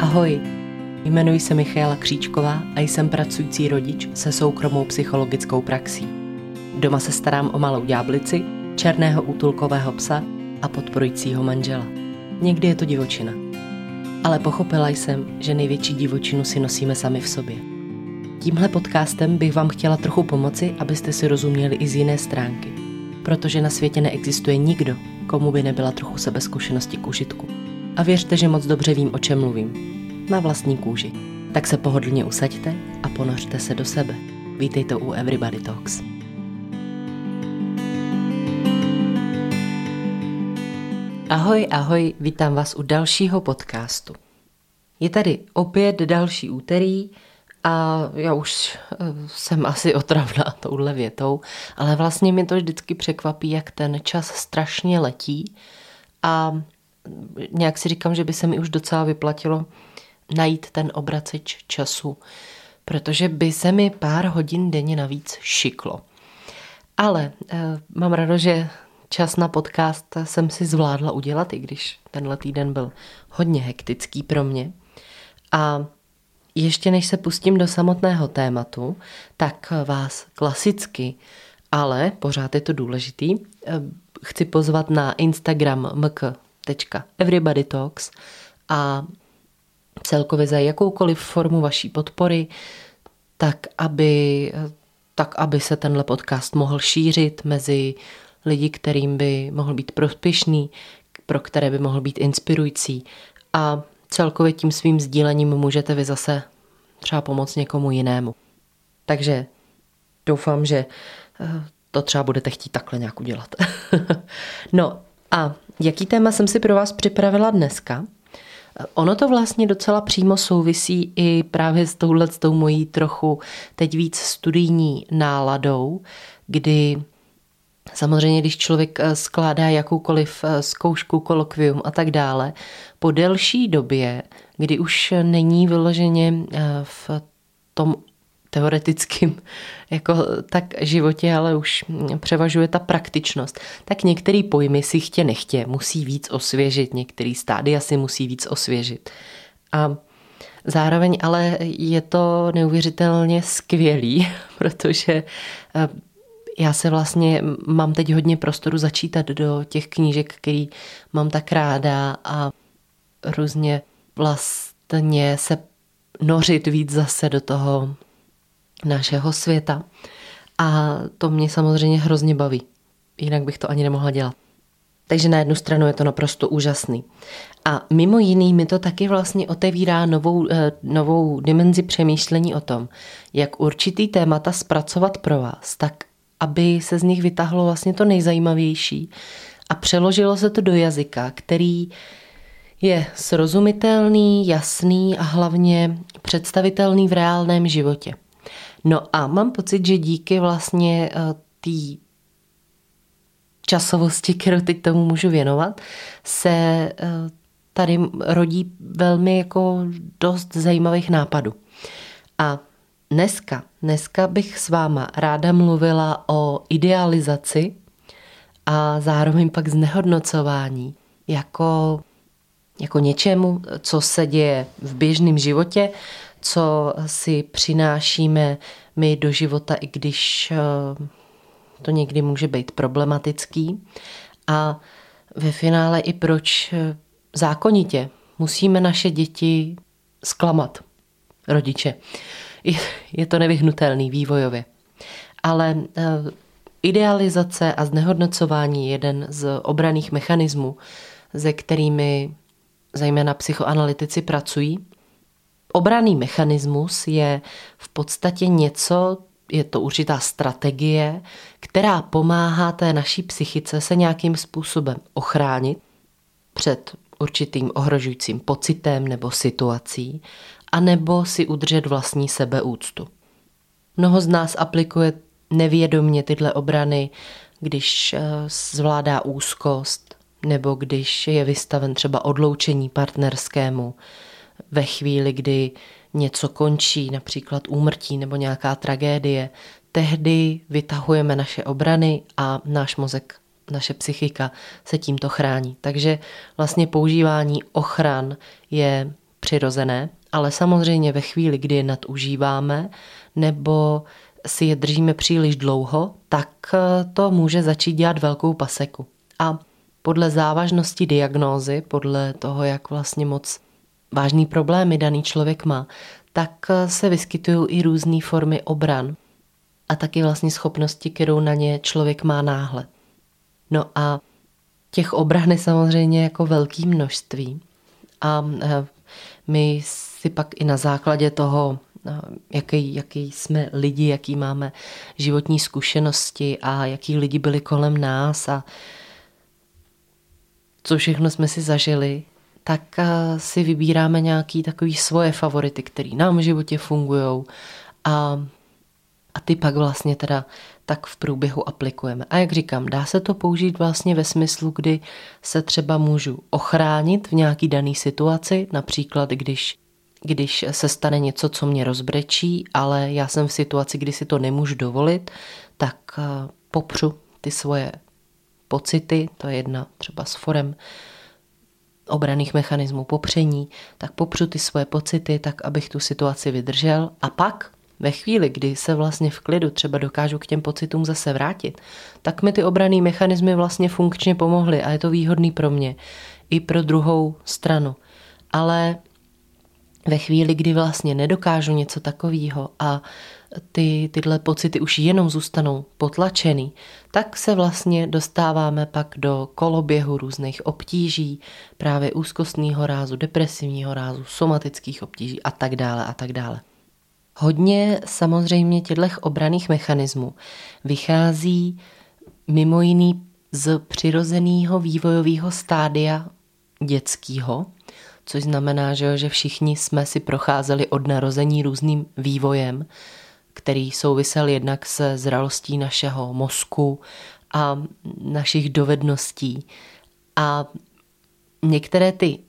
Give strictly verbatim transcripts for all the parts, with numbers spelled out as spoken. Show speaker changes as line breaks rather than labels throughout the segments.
Ahoj, jmenuji se Michaela Kříčková a jsem pracující rodič se soukromou psychologickou praxí. Doma se starám o malou ďáblici, černého útulkového psa a podporujícího manžela. Někdy je to divočina. Ale pochopila jsem, že největší divočinu si nosíme sami v sobě. Tímhle podcastem bych vám chtěla trochu pomoci, abyste si rozuměli i z jiné stránky. Protože na světě neexistuje nikdo, komu by nebyla trochu sebezkušenosti k užitku. A věřte, že moc dobře vím, o čem mluvím. Na vlastní kůži. Tak se pohodlně usaďte a ponořte se do sebe. Vítejte u Everybody Talks. Ahoj, ahoj, vítám vás u dalšího podcastu. Je tady opět další úterý a já už jsem asi otravná touhle větou, ale vlastně mi to vždycky překvapí, jak ten čas strašně letí a nějak si říkám, že by se mi už docela vyplatilo najít ten obraceč času, protože by se mi pár hodin denně navíc šiklo. Ale e, mám radost, že čas na podcast jsem si zvládla udělat, i když tenhle týden byl hodně hektický pro mě. A ještě než se pustím do samotného tématu, tak vás klasicky, ale pořád je to důležitý, e, chci pozvat na Instagram mk tečka everybodytalks a celkově za jakoukoliv formu vaší podpory, tak aby, tak aby se tenhle podcast mohl šířit mezi lidi, kterým by mohl být prospěšný, pro které by mohl být inspirující. A celkově tím svým sdílením můžete vy zase třeba pomoct někomu jinému. Takže doufám, že to třeba budete chtít takhle nějak udělat. No a jaký téma jsem si pro vás připravila dneska? Ono to vlastně docela přímo souvisí i právě s touhletou mojí trochu teď víc studijní náladou, kdy samozřejmě, když člověk skládá jakoukoliv zkoušku, kolokvium a tak dále, po delší době, kdy už není vyloženě v tom teoretickým jako tak životě, ale už převažuje ta praktičnost, tak některé pojmy si chtě nechtě musí víc osvěžit, některé stádia si musí víc osvěžit. A zároveň ale je to neuvěřitelně skvělý, protože já se vlastně mám teď hodně prostoru začítat do těch knížek, který mám tak ráda a různě vlastně se nořit víc zase do toho našeho světa. A to mě samozřejmě hrozně baví. Jinak bych to ani nemohla dělat. Takže na jednu stranu je to naprosto úžasný. A mimo jiný mi to taky vlastně otevírá novou, novou dimenzi přemýšlení o tom, jak určitý témata zpracovat pro vás, tak aby se z nich vytáhlo vlastně to nejzajímavější a přeložilo se to do jazyka, který je srozumitelný, jasný a hlavně představitelný v reálném životě. No a mám pocit, že díky vlastně té časovosti, kterou teď tomu můžu věnovat, se tady rodí velmi jako dost zajímavých nápadů. A dneska, dneska bych s váma ráda mluvila o idealizaci a zároveň pak znehodnocování jako, jako něčemu, co se děje v běžném životě, co si přinášíme my do života, i když to někdy může být problematický. A ve finále i proč zákonitě musíme naše děti zklamat, rodiče. Je to nevyhnutelný vývojově. Ale idealizace a znehodnocování je jeden z obranných mechanismů, se kterými zejména psychoanalytici pracují. Obranný mechanismus je v podstatě něco, je to určitá strategie, která pomáhá té naší psychice se nějakým způsobem ochránit před určitým ohrožujícím pocitem nebo situací, anebo si udržet vlastní sebeúctu. Mnoho z nás aplikuje nevědomě tyhle obrany, když zvládá úzkost nebo když je vystaven třeba odloučení partnerskému, ve chvíli, kdy něco končí, například úmrtí nebo nějaká tragédie, tehdy vytahujeme naše obrany a náš mozek, naše psychika se tímto chrání. Takže vlastně používání ochran je přirozené, ale samozřejmě ve chvíli, kdy je nadužíváme nebo si je držíme příliš dlouho, tak to může začít dělat velkou paseku. A podle závažnosti diagnózy, podle toho, jak vlastně moc vážný problémy daný člověk má, tak se vyskytují i různé formy obran a taky vlastně schopnosti, kterou na ně člověk má náhled. No a těch obran je samozřejmě jako velké množství. A my si pak i na základě toho, jaký, jaký jsme lidi, jaký máme životní zkušenosti a jaký lidi byli kolem nás a co všechno jsme si zažili, tak si vybíráme nějaký takový svoje favority, které nám v životě fungujou a, a ty pak vlastně teda tak v průběhu aplikujeme. A jak říkám, dá se to použít vlastně ve smyslu, kdy se třeba můžu ochránit v nějaký daný situaci, například když, když se stane něco, co mě rozbrečí, ale já jsem v situaci, kdy si to nemůžu dovolit, tak popřu ty svoje pocity, to je jedna třeba z forem obranných mechanismů popření, tak popřu ty svoje pocity, tak abych tu situaci vydržel a pak ve chvíli, kdy se vlastně v klidu třeba dokážu k těm pocitům zase vrátit, tak mi ty obranné mechanismy vlastně funkčně pomohly a je to výhodný pro mě i pro druhou stranu. Ale ve chvíli, kdy vlastně nedokážu něco takového a ty, tyhle pocity už jenom zůstanou potlačený, tak se vlastně dostáváme pak do koloběhu různých obtíží, právě úzkostného rázu, depresivního rázu, somatických obtíží a tak dále a tak dále. Hodně samozřejmě těchto obranných mechanismů vychází mimo jiný z přirozeného vývojového stádia dětského, což znamená, že, že všichni jsme si procházeli od narození různým vývojem, který souvisel jednak se zralostí našeho mozku a našich dovedností. A některé ty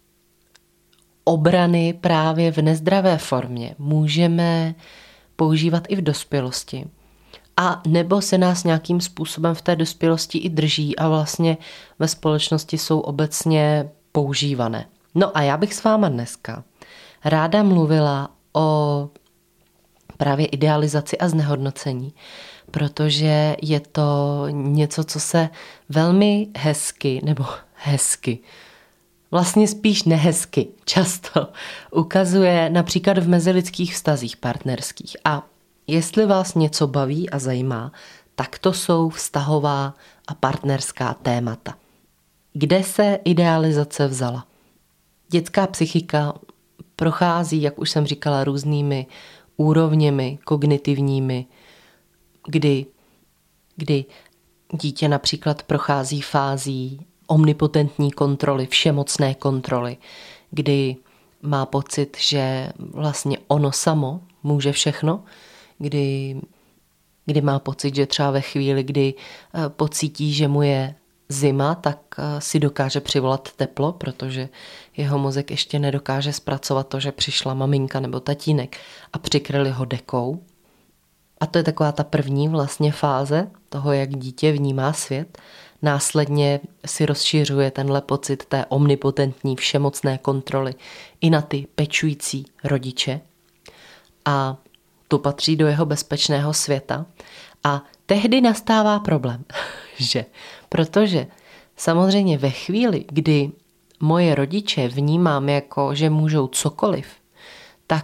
obrany právě v nezdravé formě můžeme používat i v dospělosti. A nebo se nás nějakým způsobem v té dospělosti i drží a vlastně ve společnosti jsou obecně používané. No a já bych s váma dneska ráda mluvila o právě idealizaci a znehodnocení, protože je to něco, co se velmi hezky, nebo hezky, vlastně spíš nehezky často ukazuje například v mezilidských vztazích partnerských. A jestli vás něco baví a zajímá, tak to jsou vztahová a partnerská témata. Kde se idealizace vzala? Dětská psychika prochází, jak už jsem říkala, různými úrovněmi kognitivními, kdy, kdy dítě například prochází fází omnipotentní kontroly, všemocné kontroly, kdy má pocit, že vlastně ono samo může všechno, kdy, kdy má pocit, že třeba ve chvíli, kdy pocítí, že mu je zima, tak si dokáže přivolat teplo, protože jeho mozek ještě nedokáže zpracovat to, že přišla maminka nebo tatínek a přikryli ho dekou. A to je taková ta první vlastně fáze toho, jak dítě vnímá svět. Následně si rozšiřuje tenhle pocit té omnipotentní všemocné kontroly i na ty pečující rodiče. A to patří do jeho bezpečného světa. A tehdy nastává problém, že? Protože samozřejmě ve chvíli, kdy moje rodiče vnímám jako, že můžou cokoliv, tak,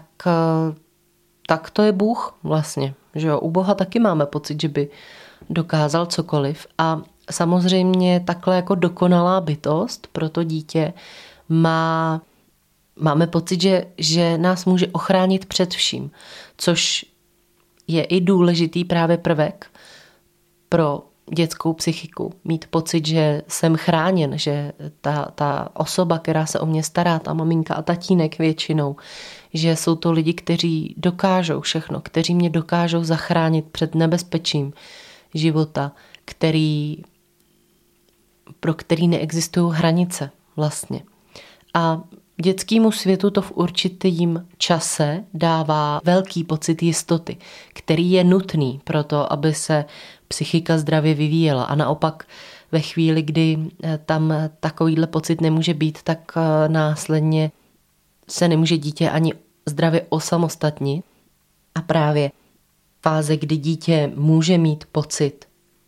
tak to je Bůh vlastně. Že jo? U Boha taky máme pocit, že by dokázal cokoliv a samozřejmě takhle jako dokonalá bytost pro to dítě má, máme pocit, že, že nás může ochránit před vším, což je i důležitý právě prvek pro dětskou psychiku. Mít pocit, že jsem chráněn, že ta, ta osoba, která se o mě stará, ta maminka a tatínek většinou, že jsou to lidi, kteří dokážou všechno, kteří mě dokážou zachránit před nebezpečím života, který, pro který neexistují hranice vlastně. A dětskému světu to v určitým čase dává velký pocit jistoty, který je nutný pro to, aby se psychika zdravě vyvíjela. A naopak ve chvíli, kdy tam takovýhle pocit nemůže být, tak následně se nemůže dítě ani zdravě osamostatnit a právě fáze, kdy dítě může mít pocit,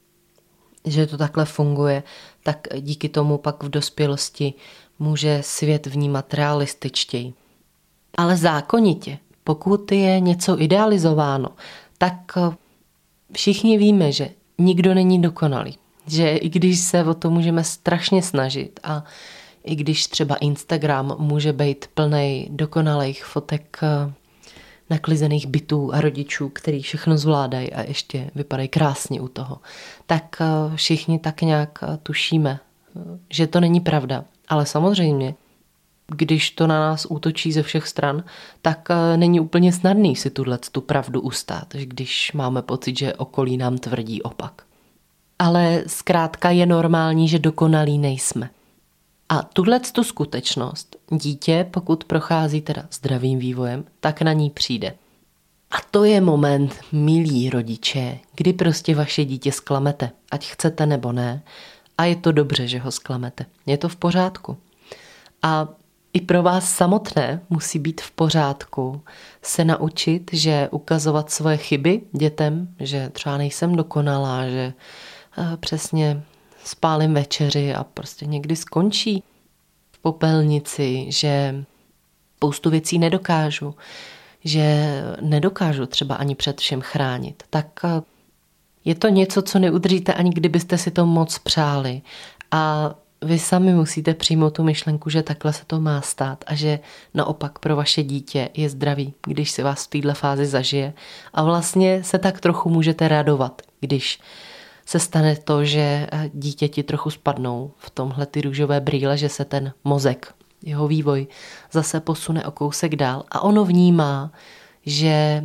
že to takhle funguje, tak díky tomu pak v dospělosti může svět vnímat realističtěji. Ale zákonitě, pokud je něco idealizováno, tak všichni víme, že nikdo není dokonalý. Že i když se o to můžeme strašně snažit a i když třeba Instagram může být plnej dokonalých fotek naklizených bytů a rodičů, který všechno zvládají a ještě vypadají krásně u toho, tak všichni tak nějak tušíme, že to není pravda. Ale samozřejmě, když to na nás útočí ze všech stran, tak není úplně snadný si tuhle tu pravdu ustát, když máme pocit, že okolí nám tvrdí opak. Ale zkrátka je normální, že dokonalí nejsme. A tuhle tu skutečnost dítě, pokud prochází teda zdravým vývojem, tak na ní přijde. A to je moment, milí rodiče, kdy prostě vaše dítě zklamete, ať chcete nebo ne. A je to dobře, že ho zklamete. Je to v pořádku. A i pro vás samotné musí být v pořádku se naučit, že ukazovat svoje chyby dětem, že třeba nejsem dokonalá, že přesně spálím večeři a prostě někdy skončí v popelnici, že spoustu věcí nedokážu, že nedokážu třeba ani před všem chránit. Tak je to něco, co neudržíte, ani kdybyste si to moc přáli. A vy sami musíte přijmout tu myšlenku, že takhle se to má stát a že naopak pro vaše dítě je zdravý, když si vás v této fázi zažije. A vlastně se tak trochu můžete radovat, když se stane to, že dítěti trochu spadnou v tomhle ty růžové brýle, že se ten mozek, jeho vývoj zase posune o kousek dál a ono vnímá, že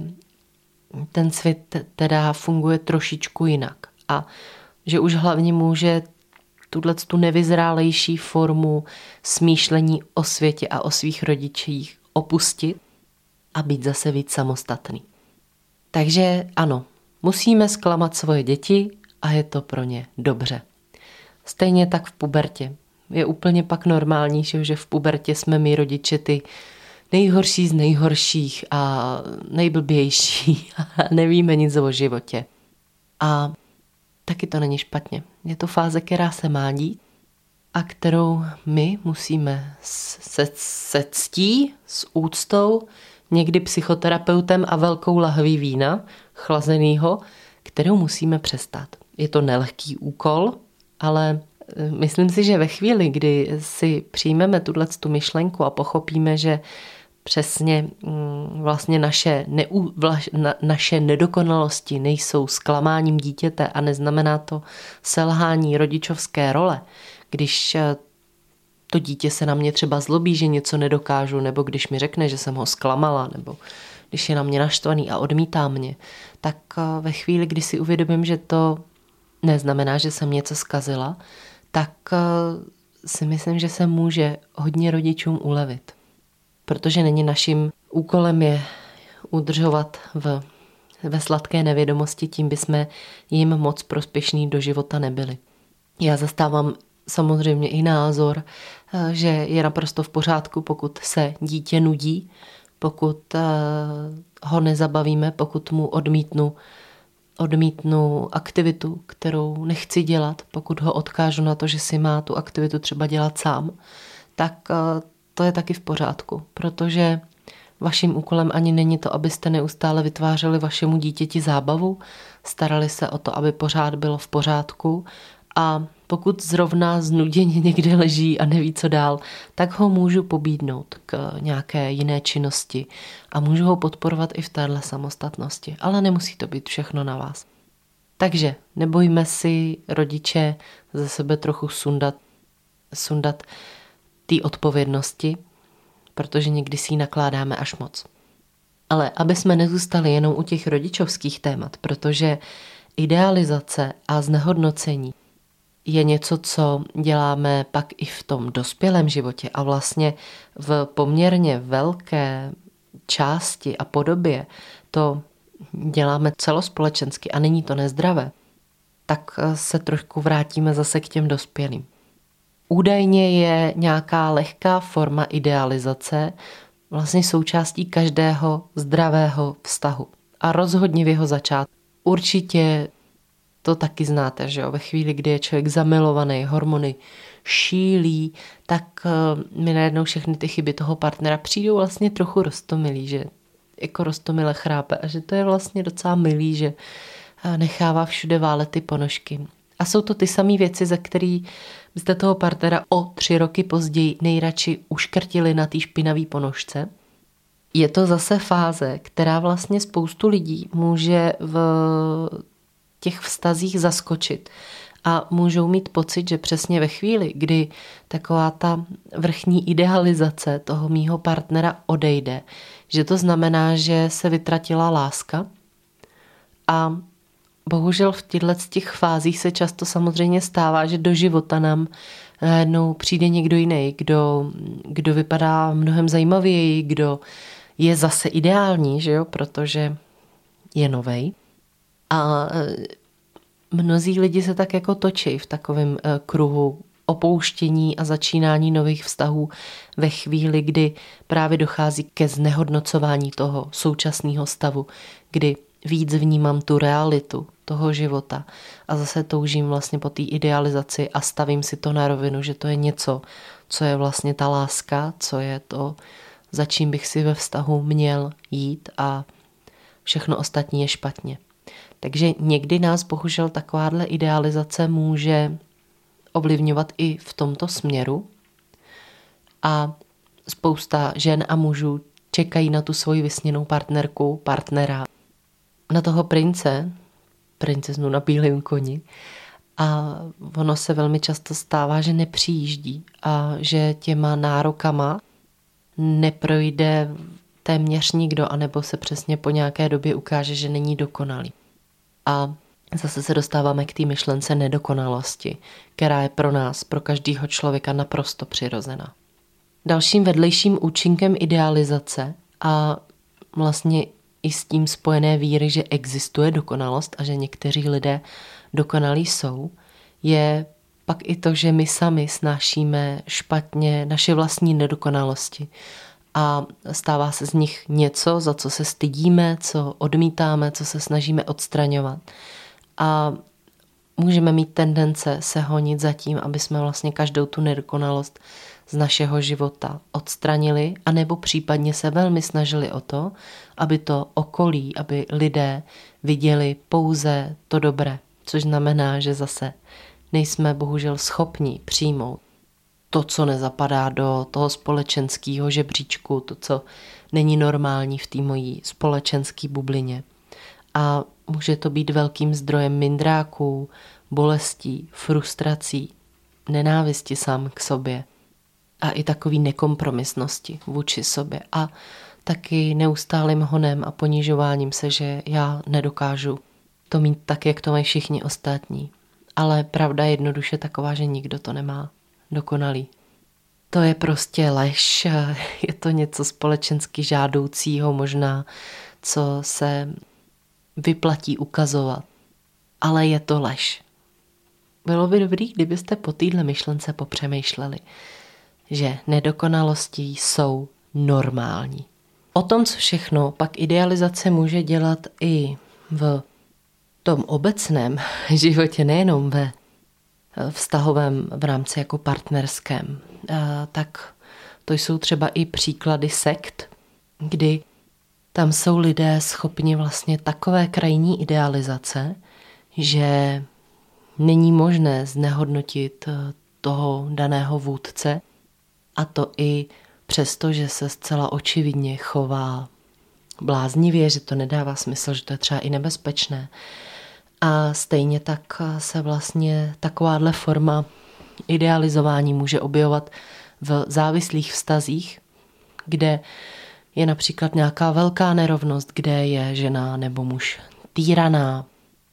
ten svět teda funguje trošičku jinak a že už hlavně může tuhle tu nevyzrálejší formu smýšlení o světě a o svých rodičích opustit a být zase víc samostatný. Takže ano, musíme zklamat svoje děti a je to pro ně dobře. Stejně tak v pubertě. Je úplně pak normální, že v pubertě jsme my rodiče ty nejhorší z nejhorších a nejblbější a nevíme nic o životě. A taky to není špatně. Je to fáze, která se má dít a kterou my musíme se, se ctí, s úctou, někdy psychoterapeutem a velkou lahví vína, chlazenýho, kterou musíme přestat. Je to nelehký úkol, ale myslím si, že ve chvíli, kdy si přijmeme tuto myšlenku a pochopíme, že přesně vlastně naše, neú, na, naše nedokonalosti nejsou zklamáním dítěte a neznamená to selhání rodičovské role, když to dítě se na mě třeba zlobí, že něco nedokážu, nebo když mi řekne, že jsem ho zklamala, nebo když je na mě naštvaný a odmítá mě, tak ve chvíli, kdy si uvědomím, že to neznamená, že jsem něco zkazila, tak si myslím, že se může hodně rodičům ulevit. Protože není naším úkolem je udržovat v, ve sladké nevědomosti, tím bychom jim moc prospěšný do života nebyli. Já zastávám samozřejmě i názor, že je naprosto v pořádku, pokud se dítě nudí, pokud ho nezabavíme, pokud mu odmítnu, odmítnu aktivitu, kterou nechci dělat, pokud ho odkážu na to, že si má tu aktivitu třeba dělat sám, tak to je taky v pořádku, protože vaším úkolem ani není to, abyste neustále vytvářeli vašemu dítěti zábavu, starali se o to, aby pořád bylo v pořádku a pokud zrovna znuděně někde leží a neví, co dál, tak ho můžu pobídnout k nějaké jiné činnosti a můžu ho podporovat i v téhle samostatnosti, ale nemusí to být všechno na vás. Takže nebojme si rodiče ze sebe trochu sundat, sundat té odpovědnosti, protože někdy si ji nakládáme až moc. Ale aby jsme nezůstali jenom u těch rodičovských témat, protože idealizace a znehodnocení je něco, co děláme pak i v tom dospělém životě a vlastně v poměrně velké části a podobě to děláme celospolečensky a není to nezdravé, tak se trošku vrátíme zase k těm dospělým. Údajně je nějaká lehká forma idealizace vlastně součástí každého zdravého vztahu. A rozhodně v jeho začátku. Určitě to taky znáte, že jo? Ve chvíli, kdy je člověk zamilovaný, hormony šílí, tak mi najednou všechny ty chyby toho partnera přijdou vlastně trochu roztomilý, že jako roztomile chrápe a že to je vlastně docela milý, že nechává všude válet ty ponožky. A jsou to ty samé věci, za který byste toho partnera o tři roky později nejradši uškrtili na té špinavé ponožce. Je to zase fáze, která vlastně spoustu lidí může v těch vztazích zaskočit a můžou mít pocit, že přesně ve chvíli, kdy taková ta vrchní idealizace toho mýho partnera odejde, že to znamená, že se vytratila láska a bohužel v těchto těch fázích se často samozřejmě stává, že do života nám najednou přijde někdo jiný, kdo, kdo vypadá mnohem zajímavěji, kdo je zase ideální, že jo, protože je novej. A mnozí lidi se tak jako točí v takovém kruhu opouštění a začínání nových vztahů ve chvíli, kdy právě dochází ke znehodnocování toho současného stavu, kdy víc vnímám tu realitu toho života a zase toužím vlastně po té idealizaci a stavím si to na rovinu, že to je něco, co je vlastně ta láska, co je to, za čím bych si ve vztahu měl jít a všechno ostatní je špatně. Takže někdy nás bohužel takováhle idealizace může ovlivňovat i v tomto směru a spousta žen a mužů čekají na tu svoji vysněnou partnerku, partnera, na toho prince, princeznu na bílém koni a ono se velmi často stává, že nepřijíždí a že těma nárokama neprojde téměř nikdo, anebo se přesně po nějaké době ukáže, že není dokonalý. A zase se dostáváme k té myšlence nedokonalosti, která je pro nás, pro každého člověka naprosto přirozená. Dalším vedlejším účinkem idealizace a vlastně i s tím spojené víry, že existuje dokonalost a že někteří lidé dokonalí jsou, je pak i to, že my sami snášíme špatně naše vlastní nedokonalosti a stává se z nich něco, za co se stydíme, co odmítáme, co se snažíme odstraňovat. A můžeme mít tendence se honit za tím, aby jsme vlastně každou tu nedokonalost z našeho života odstranili, anebo případně se velmi snažili o to, aby to okolí, aby lidé viděli pouze to dobré, což znamená, že zase nejsme bohužel schopni přijmout to, co nezapadá do toho společenského žebříčku, to, co není normální v té mojí společenské bublině. A může to být velkým zdrojem mindráků, bolestí, frustrací, nenávisti sám k sobě a i takový nekompromisnosti vůči sobě a taky neustálým honem a ponižováním se, že já nedokážu to mít tak, jak to mají všichni ostatní. Ale pravda je jednoduše taková, že nikdo to nemá dokonalý. To je prostě lež, je to něco společensky žádoucího možná, co se vyplatí ukazovat. Ale je to lež. Bylo by dobrý, kdybyste po téhle myšlence popřemýšleli, že nedokonalosti jsou normální. O tom, co všechno pak idealizace může dělat i v tom obecném životě, nejenom ve vztahovém v rámci jako partnerském, tak to jsou třeba i příklady sekt, kdy tam jsou lidé schopni vlastně takové krajní idealizace, že není možné znehodnotit toho daného vůdce, a to i přesto, že se zcela očividně chová bláznivě, že to nedává smysl, že to je třeba i nebezpečné. A stejně tak se vlastně takováhle forma idealizování může objevovat v závislých vztazích, kde je například nějaká velká nerovnost, kde je žena nebo muž týraná,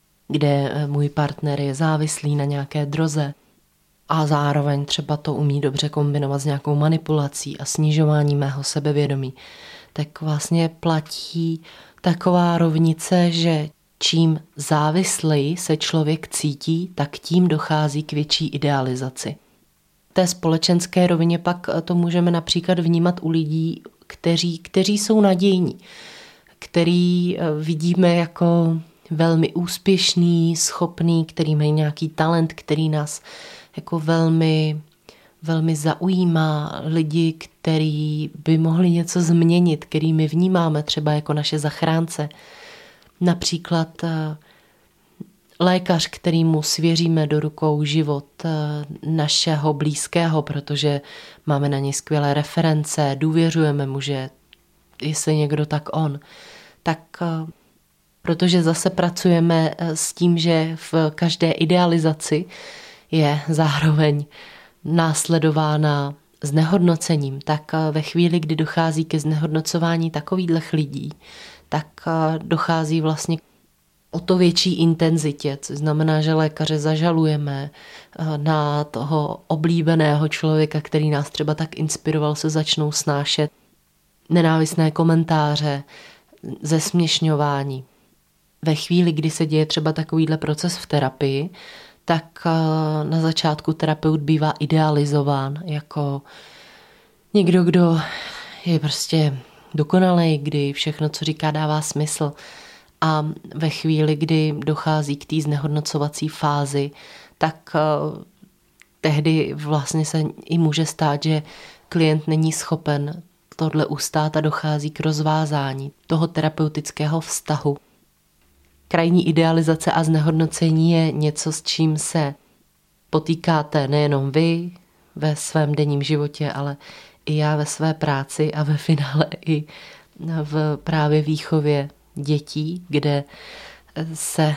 kde můj partner je závislý na nějaké droze a zároveň třeba to umí dobře kombinovat s nějakou manipulací a snižováním mého sebevědomí, tak vlastně platí taková rovnice, že čím závisleji se člověk cítí, tak tím dochází k větší idealizaci. V té společenské rovině pak to můžeme například vnímat u lidí, kteří, kteří jsou nadějní, který vidíme jako velmi úspěšný, schopný, který mají nějaký talent, který nás jako velmi, velmi zaujímá, lidi, který by mohli něco změnit, který my vnímáme třeba jako naše zachránce. Například lékař, kterýmu svěříme do rukou život našeho blízkého, protože máme na něj skvělé reference, důvěřujeme mu, že jestli někdo, tak on. Tak protože zase pracujeme s tím, že v každé idealizaci je zároveň následována znehodnocením, tak ve chvíli, kdy dochází ke znehodnocování takových lidí, tak dochází vlastně o to větší intenzitě, což znamená, že lékaře zažalujeme na toho oblíbeného člověka, který nás třeba tak inspiroval, se začnou snášet nenávistné komentáře, zesměšňování. Ve chvíli, kdy se děje třeba takovýhle proces v terapii, tak na začátku terapeut bývá idealizován jako někdo, kdo je prostě dokonalý, kdy všechno, co říká, dává smysl. A ve chvíli, kdy dochází k té znehodnocovací fázi, tak tehdy vlastně se i může stát, že klient není schopen tohle ustát a dochází k rozvázání toho terapeutického vztahu. Krajní idealizace a znehodnocení je něco, s čím se potýkáte nejenom vy ve svém denním životě, ale i já ve své práci a ve finále i v právě výchově dětí, kde se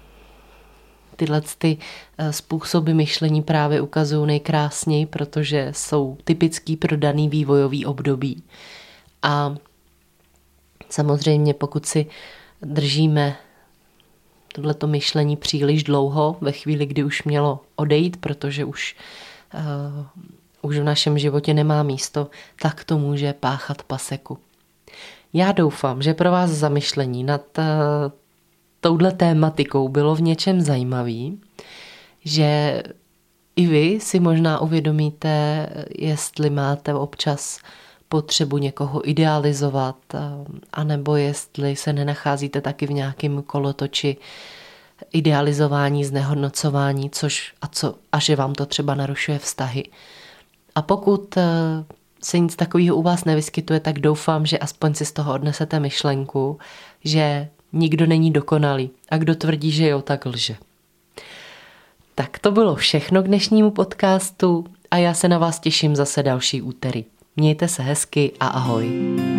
tyhle ty způsoby myšlení právě ukazují nejkrásněji, protože jsou typický pro daný vývojový období. A samozřejmě pokud si držíme tohleto myšlení příliš dlouho, ve chvíli, kdy už mělo odejít, protože už, uh, už v našem životě nemá místo, tak to může páchat paseku. Já doufám, že pro vás zamyšlení nad uh, touhle tématikou bylo v něčem zajímavý, že i vy si možná uvědomíte, jestli máte občas potřebu někoho idealizovat, anebo jestli se nenacházíte taky v nějakém kolotoči idealizování, znehodnocování, což a, co, a že vám to třeba narušuje vztahy. A pokud se nic takového u vás nevyskytuje, tak doufám, že aspoň si z toho odnesete myšlenku, že nikdo není dokonalý a kdo tvrdí, že jo, tak lže. Tak to bylo všechno k dnešnímu podcastu a já se na vás těším zase další úterý. Mějte se hezky a ahoj.